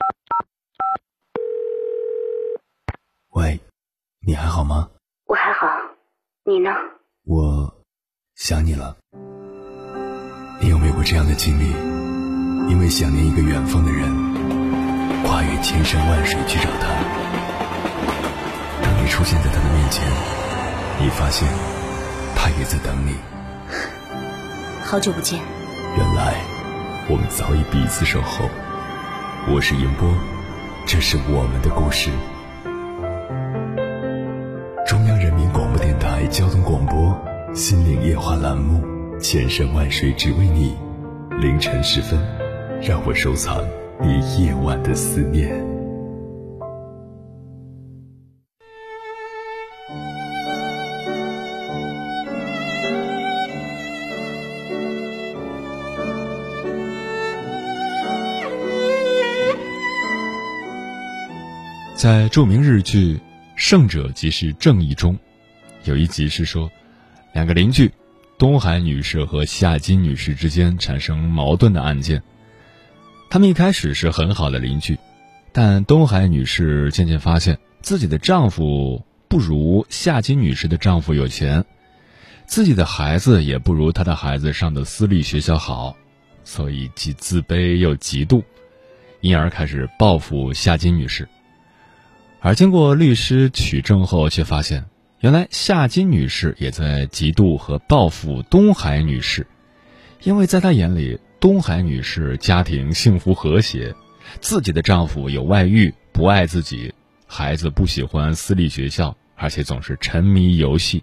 喂，你还好吗？ 我还好，你呢？ 我想你了。你有没有过这样的经历？因为想念一个远方的人，跨越千山万水去找他。当你出现在他的面前，你发现他也在等你。 好久不见。 原来我们早已彼此守候。我是银波，这是我们的故事。中央人民广播电台交通广播心灵夜话栏目，千山万水只为你，凌晨时分，让我收藏你夜晚的思念。 在著名日剧《胜者即是正义》中，有一集是说，两个邻居东海女士和夏金女士之间产生矛盾的案件。他们一开始是很好的邻居，但东海女士渐渐发现自己的丈夫不如夏金女士的丈夫有钱，自己的孩子也不如她的孩子上的私立学校好，所以既自卑又嫉妒，因而开始报复夏金女士。而经过律师取证后，却发现原来夏金女士也在嫉妒和报复东海女士，因为在她眼里，东海女士家庭幸福和谐，自己的丈夫有外遇，不爱自己，孩子不喜欢私立学校，而且总是沉迷游戏。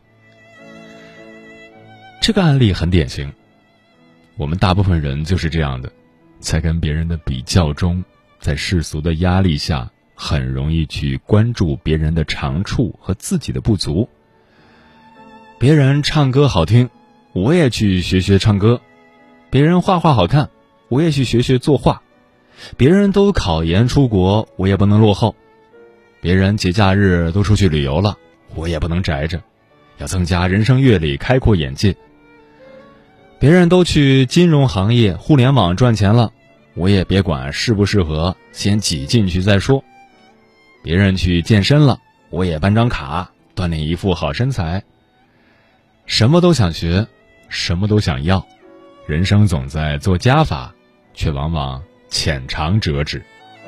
这个案例很典型，我们大部分人就是这样的，在跟别人的比较中，在世俗的压力下，很容易去关注别人的长处和自己的不足。别人唱歌好听，我也去学学唱歌；别人画画好看，我也去学学作画；别人都考研出国，我也不能落后；别人节假日都出去旅游了，我也不能宅着，要增加人生阅历，开阔眼界。别人都去金融行业、互联网赚钱了，我也别管适不适合，先挤进去再说。别人去健身了，我也办张卡，锻炼一副好身材。什么都想学，什么都想要，人生总在做加法，却往往浅尝辄止。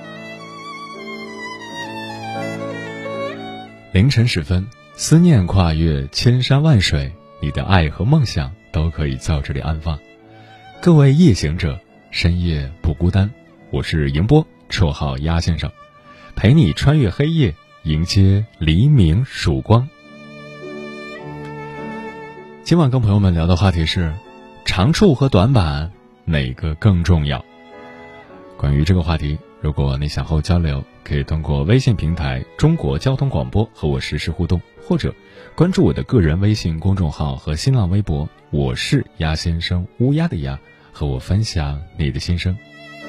凌晨时分，思念跨越千山万水，你的爱和梦想都可以在这里安放。各位夜行者，深夜不孤单，我是迎波，绰号鸭先生，陪你穿越黑夜，迎接黎明曙光。今晚跟朋友们聊的话题是，长处和短板哪个更重要？关于这个话题，如果你想和我交流，可以通过微信平台中国交通广播和我实时互动，或者关注我的个人微信公众号和新浪微博，我是鸭先生，乌鸦的鸭，和我分享你的心声。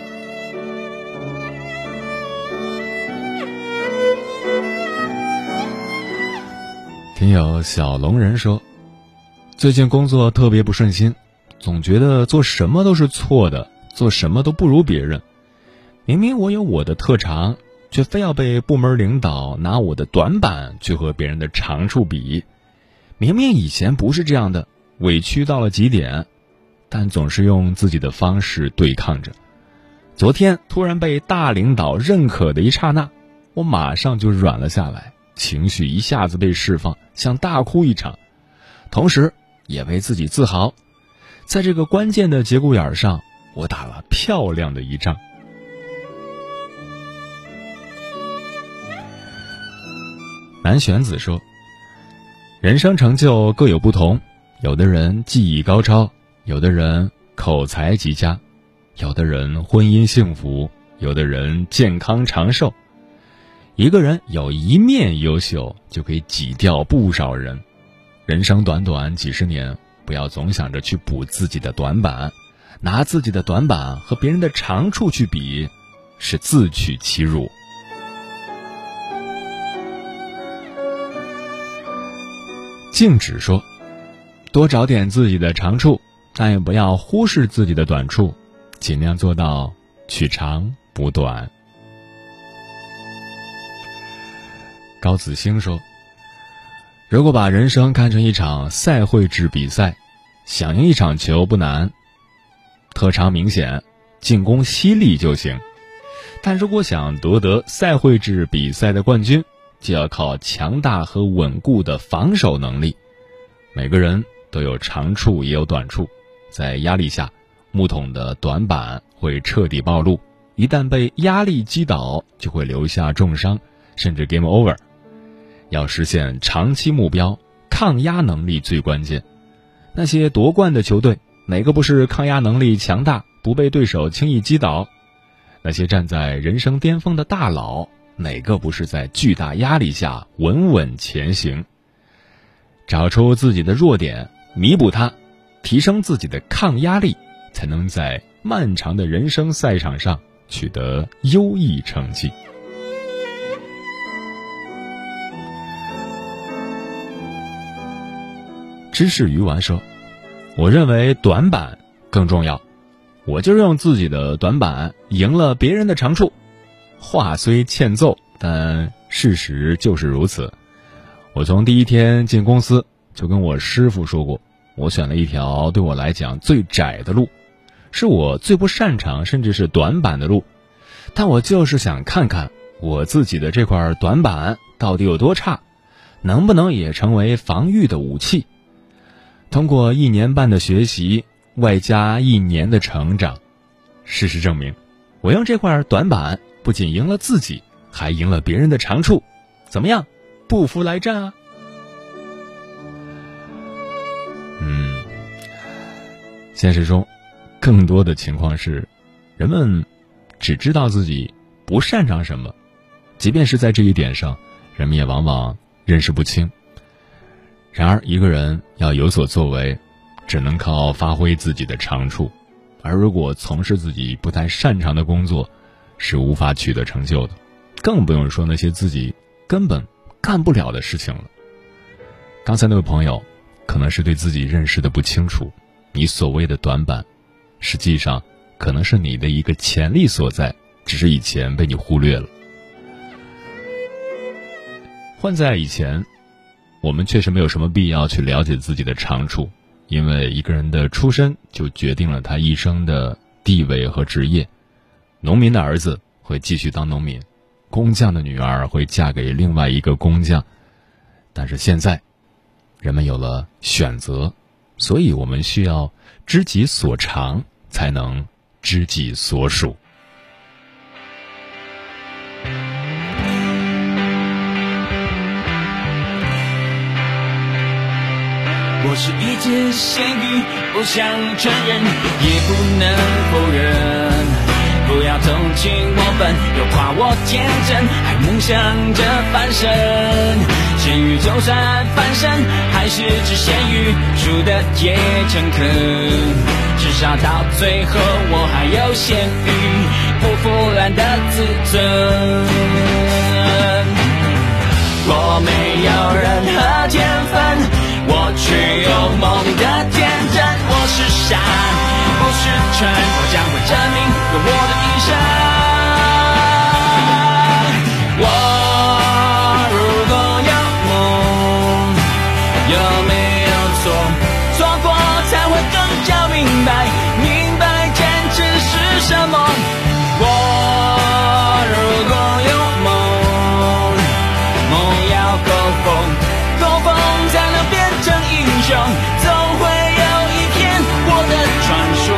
听友小龙人说，最近工作特别不顺心，总觉得做什么都是错的，做什么都不如别人。明明我有我的特长，却非要被部门领导拿我的短板去和别人的长处比。明明以前不是这样的，委屈到了极点，但总是用自己的方式对抗着。昨天突然被大领导认可的一刹那，我马上就软了下来，情绪一下子被释放，想大哭一场，同时也为自己自豪。在这个关键的节骨眼上，我打了漂亮的一仗。南玄子说，人生成就各有不同，有的人技艺高超，有的人口才极佳，有的人婚姻幸福，有的人健康长寿。一个人有一面优秀，就可以挤掉不少人。人生短短几十年，不要总想着去补自己的短板，拿自己的短板和别人的长处去比，是自取其辱。静止说，多找点自己的长处，但也不要忽视自己的短处，尽量做到取长补短。 高子兴说，如果把人生看成一场赛会制比赛，想赢一场球不难，特长明显，进攻犀利就行。但如果想夺得赛会制比赛的冠军，就要靠强大和稳固的防守能力。每个人都有长处也有短处，在压力下，木桶的短板会彻底暴露，一旦被压力击倒，就会留下重伤，甚至 game over。 要实现长期目标，抗压能力最关键。那些夺冠的球队，哪个不是抗压能力强大，不被对手轻易击倒？那些站在人生巅峰的大佬，哪个不是在巨大压力下稳稳前行？找出自己的弱点，弥补它，提升自己的抗压力，才能在漫长的人生赛场上取得优异成绩。知识鱼丸说，我认为短板更重要，我就用自己的短板赢了别人的长处。话虽欠揍，但事实就是如此。我从第一天进公司就跟我师傅说过，我选了一条对我来讲最窄的路，是我最不擅长甚至是短板的路，但我就是想看看我自己的这块短板到底有多差，能不能也成为防御的武器。通过1年半的学习，外加1年的成长，事实证明，我用这块短板不仅赢了自己，还赢了别人的长处。怎么样，不服来战啊？现实中更多的情况是，人们只知道自己不擅长什么，即便是在这一点上，人们也往往认识不清。然而一个人要有所作为，只能靠发挥自己的长处，而如果从事自己不太擅长的工作，是无法取得成就的，更不用说那些自己根本干不了的事情了。刚才那位朋友可能是对自己认识的不清楚，你所谓的短板，实际上可能是你的一个潜力所在，只是以前被你忽略了。换在以前，我们确实没有什么必要去了解自己的长处，因为一个人的出身就决定了他一生的地位和职业。农民的儿子会继续当农民，工匠的女儿会嫁给另外一个工匠。但是现在，人们有了选择，所以我们需要知己所长，才能知己所属。 我是一只咸鱼，不想承认，也不能否认。不要同情我笨，又夸我天真，还梦想着翻身。咸鱼就算翻身，还是只咸鱼，输的也诚恳。至少到最后，我还有咸鱼不腐烂的自尊。我没有任何天分，我却有梦的天真。我是傻，不是蠢，我将会证明用我的一生。我如果有梦，有没有错？错过才会更加明白，明白坚持是什么。我如果有梦，梦要够疯。才能变成英雄，总会有一天我的传说。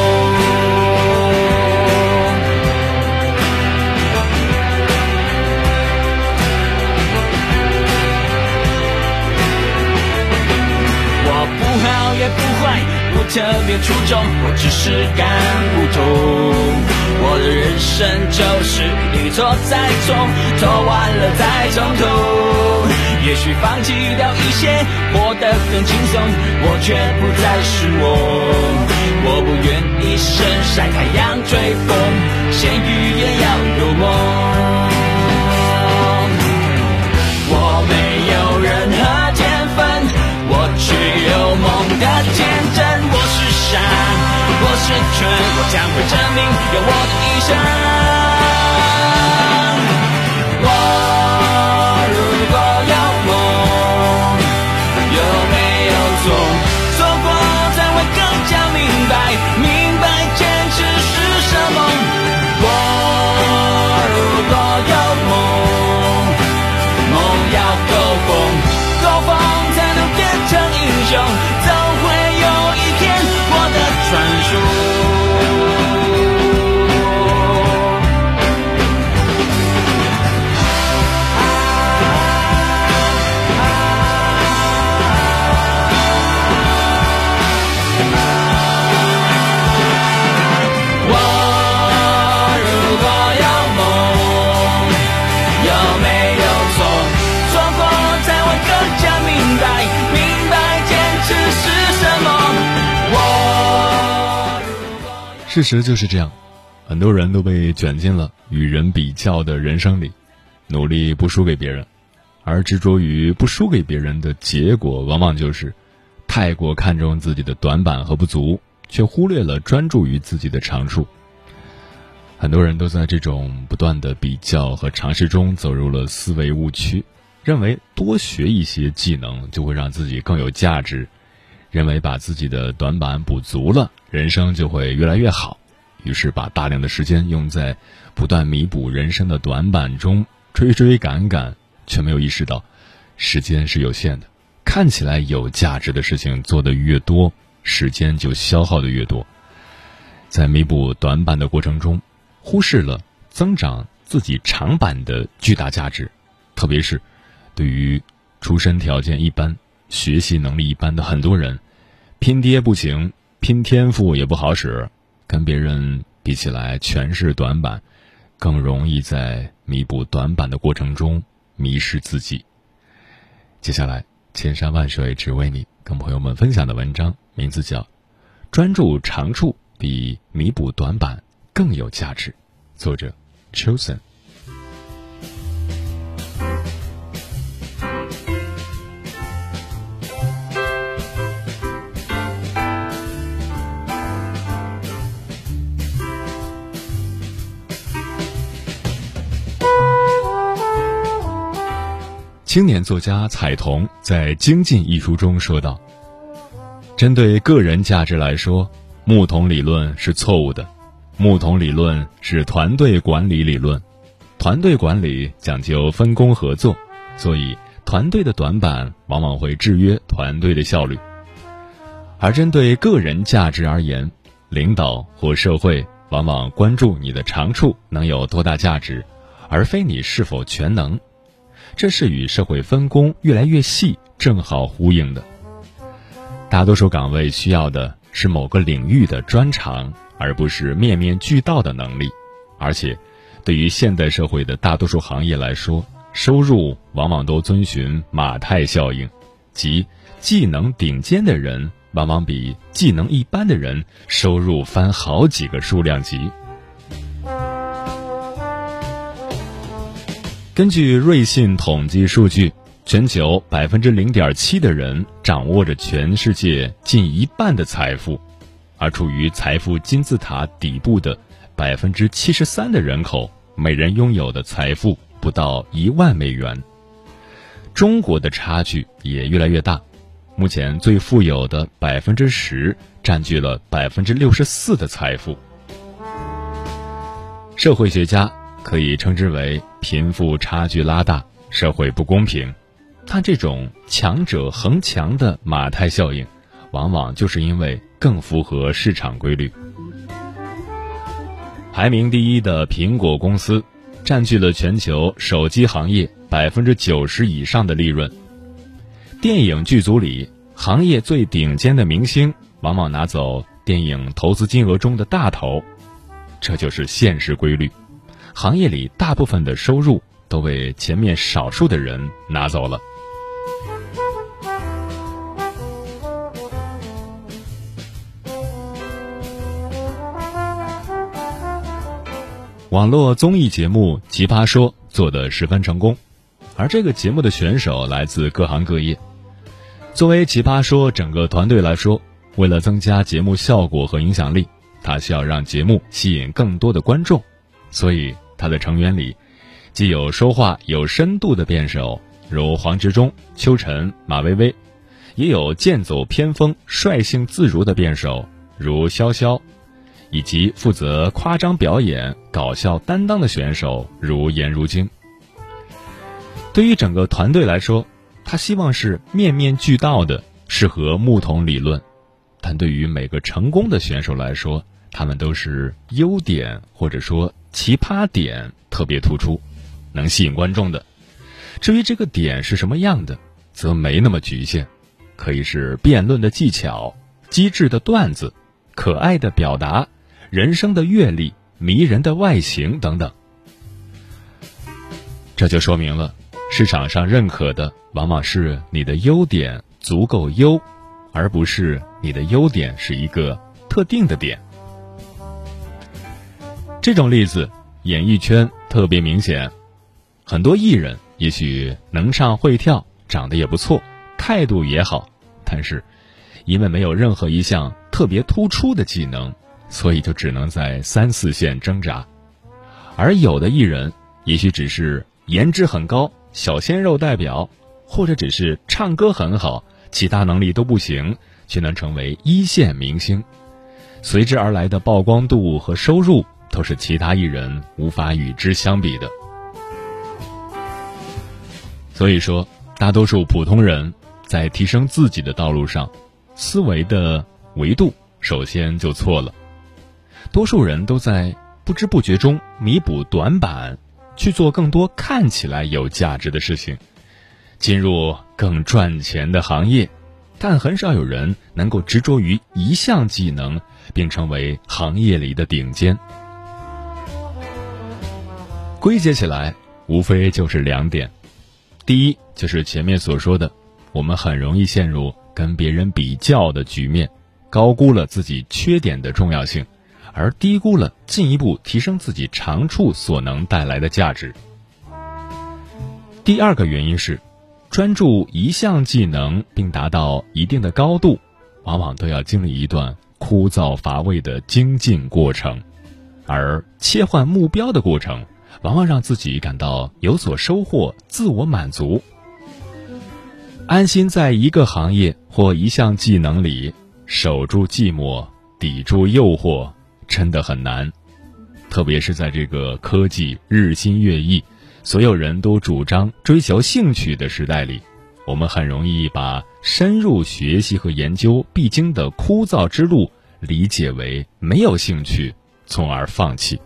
我不好也不坏，不特别出众，我只是干不通。我的人生就是一错再错，错完了再从头。也许放弃掉一些，活得更轻松，我却不再是我。我不愿一生晒太阳吹风，咸鱼也要有梦。我没有任何天分，我却有梦的天真。我是傻，我是蠢，我将会证明有我的一生。我久，总会有一天我的专属。 事实就是这样，很多人都被卷进了与人比较的人生里，努力不输给别人，而执着于不输给别人的结果，往往就是太过看重自己的短板和不足，却忽略了专注于自己的长处。很多人都在这种不断的比较和尝试中走入了思维误区，认为多学一些技能就会让自己更有价值，认为把自己的短板补足了，人生就会越来越好，于是把大量的时间用在不断弥补人生的短板中，追追赶赶，却没有意识到时间是有限的，看起来有价值的事情做得越多，时间就消耗得越多。在弥补短板的过程中，忽视了增长自己长板的巨大价值，特别是对于出身条件一般、学习能力一般的很多人，拼爹不行，拼天赋也不好使，跟别人比起来全是短板，更容易在弥补短板的过程中迷失自己。接下来千山万水只为你，跟朋友们分享的文章名字叫《专注长处比弥补短板更有价值》，作者 Chosen。青年作家彩童在《精进》一书中说道，针对个人价值来说，木桶理论是错误的。木桶理论是团队管理理论，团队管理讲究分工合作，所以团队的短板往往会制约团队的效率。而针对个人价值而言，领导或社会往往关注你的长处能有多大价值，而非你是否全能。这是与社会分工越来越细正好呼应的。大多数岗位需要的是某个领域的专长，而不是面面俱到的能力。而且对于现代社会的大多数行业来说，收入往往都遵循马太效应，即技能顶尖的人往往比技能一般的人收入翻好几个数量级。根据瑞信统计数据，全球 0.7% 的人掌握着全世界近一半的财富，而处于财富金字塔底部的 73% 的人口，每人拥有的财富不到1万美元。中国的差距也越来越大，目前最富有的 10% 占据了 64% 的财富。社会学家可以称之为贫富差距拉大，社会不公平。但这种强者恒强的马太效应，往往就是因为更符合市场规律。排名第一的苹果公司，占据了全球手机行业 90% 以上的利润。电影剧组里，行业最顶尖的明星，往往拿走电影投资金额中的大头。这就是现实规律。行业里大部分的收入都被前面少数的人拿走了。网络综艺节目《奇葩说》做得十分成功，而这个节目的选手来自各行各业。作为《奇葩说》整个团队来说，为了增加节目效果和影响力，他需要让节目吸引更多的观众，所以他的成员里既有说话有深度的辩手，如黄执中、邱晨、马薇薇，也有剑走偏锋率性自如的辩手，如潇潇，以及负责夸张表演搞笑担当的选手，如颜如晶。对于整个团队来说，他希望是面面俱到的， 适合木桶理论，但对于每个成功的选手来说，他们都是优点或者说奇葩点特别突出，能吸引观众的。至于这个点是什么样的，则没那么局限，可以是辩论的技巧、机智的段子、可爱的表达、人生的阅历、迷人的外形等等。这就说明了，市场上认可的往往是你的优点足够优，而不是你的优点是一个特定的点。这种例子演艺圈特别明显，很多艺人也许能唱会跳，长得也不错，态度也好，但是因为没有任何一项特别突出的技能，所以就只能在3、4线挣扎。而有的艺人也许只是颜值很高，小鲜肉代表，或者只是唱歌很好，其他能力都不行，却能成为1线明星，随之而来的曝光度和收入都是其他艺人无法与之相比的。所以说，大多数普通人在提升自己的道路上，思维的维度首先就错了。多数人都在不知不觉中弥补短板，去做更多看起来有价值的事情，进入更赚钱的行业，但很少有人能够执着于一项技能，并成为行业里的顶尖。归结起来，无非就是2点。第一，就是前面所说的，我们很容易陷入跟别人比较的局面，高估了自己缺点的重要性，而低估了进一步提升自己长处所能带来的价值。第二个原因是，专注一项技能并达到一定的高度，往往都要经历一段枯燥乏味的精进过程，而切换目标的过程往往让自己感到有所收获，自我满足。安心在一个行业或一项技能里守住寂寞，抵住诱惑，真的很难。特别是在这个科技日新月异，所有人都主张追求兴趣的时代里，我们很容易把深入学习和研究必经的枯燥之路理解为没有兴趣，从而放弃。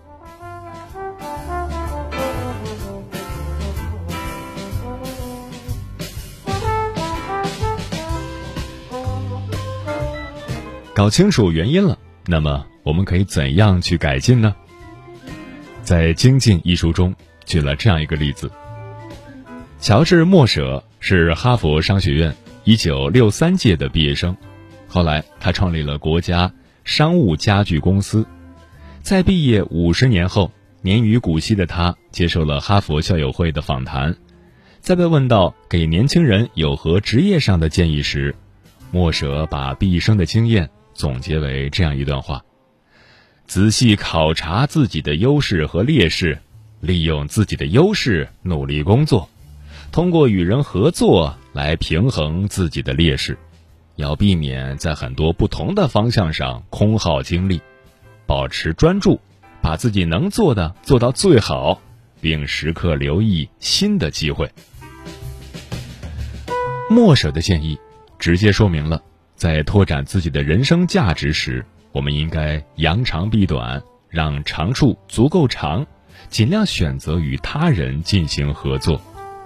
搞清楚原因了，那么我们可以怎样去改进呢？在《精进》一书中举了这样一个例子。乔治·默舍是哈佛商学院1963届的毕业生，后来他创立了国家商务家具公司。在毕业50年后，年逾古稀的他接受了哈佛校友会的访谈。在被问到给年轻人有何职业上的建议时，默舍把毕生的经验总结为这样一段话：仔细考察自己的优势和劣势，利用自己的优势努力工作，通过与人合作来平衡自己的劣势，要避免在很多不同的方向上空耗精力，保持专注，把自己能做的做到最好，并时刻留意新的机会。默舍的建议直接说明了，在拓展自己的人生价值时，我们应该扬长避短，让长处足够长，尽量选择与他人进行合作。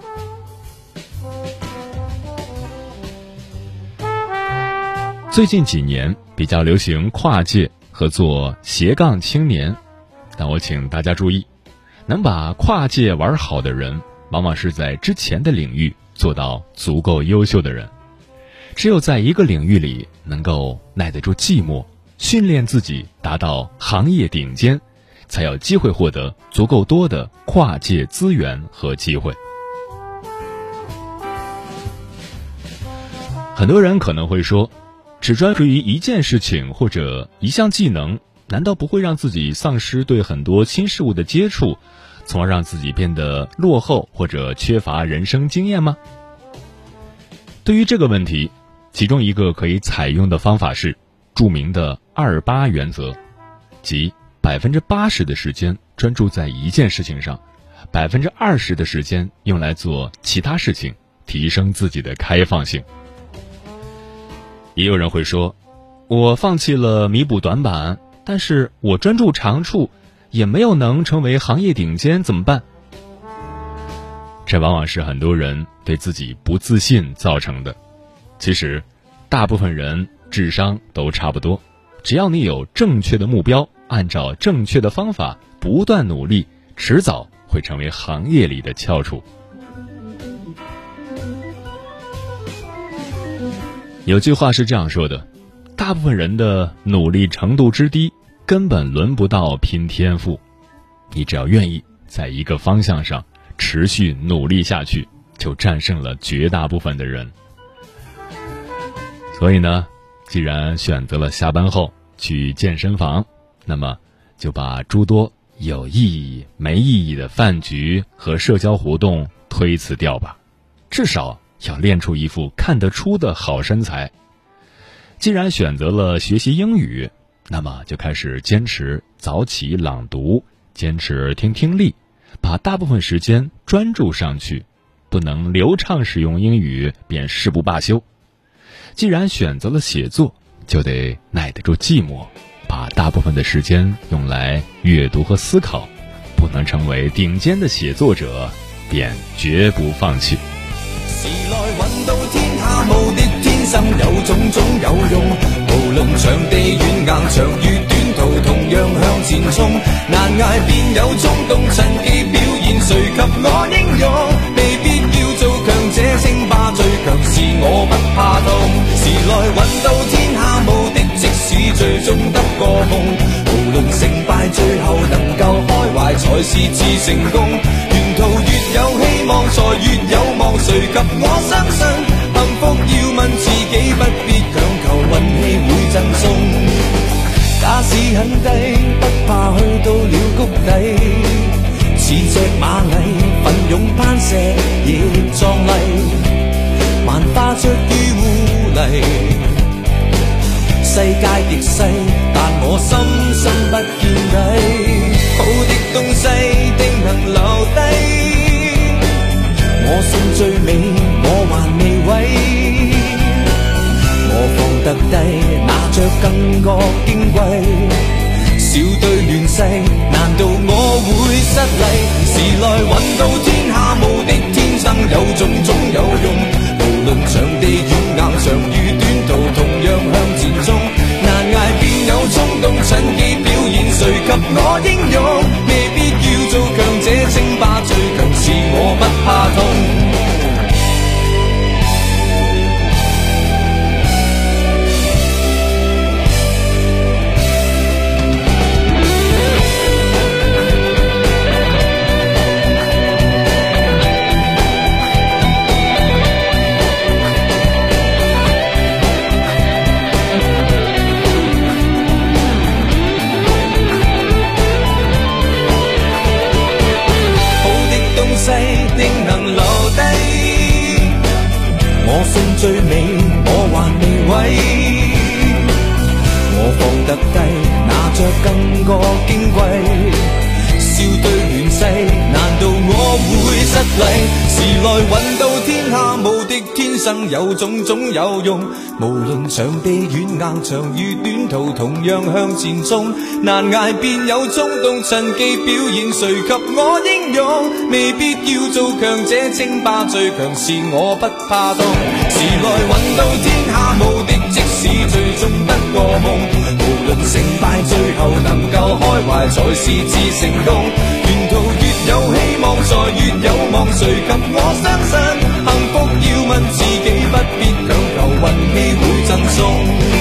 最近几年比较流行跨界和做斜杠青年，但我请大家注意，能把跨界玩好的人，往往是在之前的领域做到足够优秀的人。只有在一个领域里能够耐得住寂寞，训练自己达到行业顶尖，才有机会获得足够多的跨界资源和机会。很多人可能会说，只专注于一件事情或者一项技能，难道不会让自己丧失对很多新事物的接触，从而让自己变得落后或者缺乏人生经验吗？对于这个问题，其中一个可以采用的方法是著名的28原则，即 80% 的时间专注在一件事情上， 20% 的时间用来做其他事情，提升自己的开放性。 也有人会说，我放弃了弥补短板，但是我专注长处，也没有能成为行业顶尖，怎么办？这往往是很多人对自己不自信造成的。其实大部分人智商都差不多，只要你有正确的目标，按照正确的方法不断努力，迟早会成为行业里的翘楚。有句话是这样说的，大部分人的努力程度之低，根本轮不到拼天赋。你只要愿意在一个方向上持续努力下去，就战胜了绝大部分的人。所以呢，既然选择了下班后去健身房，那么就把诸多有意义没意义的饭局和社交活动推辞掉吧，至少要练出一副看得出的好身材。既然选择了学习英语，那么就开始坚持早起朗读，坚持听听力，把大部分时间专注上去，不能流畅使用英语便誓不罢休。既然选择了写作，就得耐得住寂寞，把大部分的时间用来阅读和思考，不能成为顶尖的写作者，便绝不放弃。 时来运到天下无敌，天生有种种有用，无论场地远硬长與短途同樣向前衝，難捱便有衝動，趁機表現誰及我英勇，未必要做強者稱霸，最強是我不怕痛。時來運到天下無敵，即使最終得個夢，無論成敗最後能夠開懷才是至成功，沿途越有希望才越有望，誰及我相信幸福要問自己，不必強求運氣會贈送。假使很低，不怕去到了谷底，似隻螞蟻奮勇攀石亦壯麗，萬花出於污泥，世界極細，但我深深不見底，好的東西定能留低，我信最美我還未毀，我放得低拿着更覺矜貴，笑對亂世難道我會失禮？時來運到天下無敵，天生有種種有用，無論場地遠硬長與短途同樣向前衝，難捱便有衝動，趁機表現誰及我英勇，未必要做強者稱霸，最強是我不怕痛。定能留低，我信最美我還未毀，我放得低拿着更覺矜貴，笑對亂世難道我會失禮？時來運到天下無敵，天生有種種有用，無論場地遠硬長與短途同樣向前衝，難捱便有衝動，趁機表現誰及我英勇，未必要做強者稱霸，最強是我不怕痛。時來運到天下無敵，即使最終得個夢，無論成敗最後能夠開懷才是至成功，沿途越有希望才越有望，誰及我相信幸福要問自己，不必強求運氣會贈送。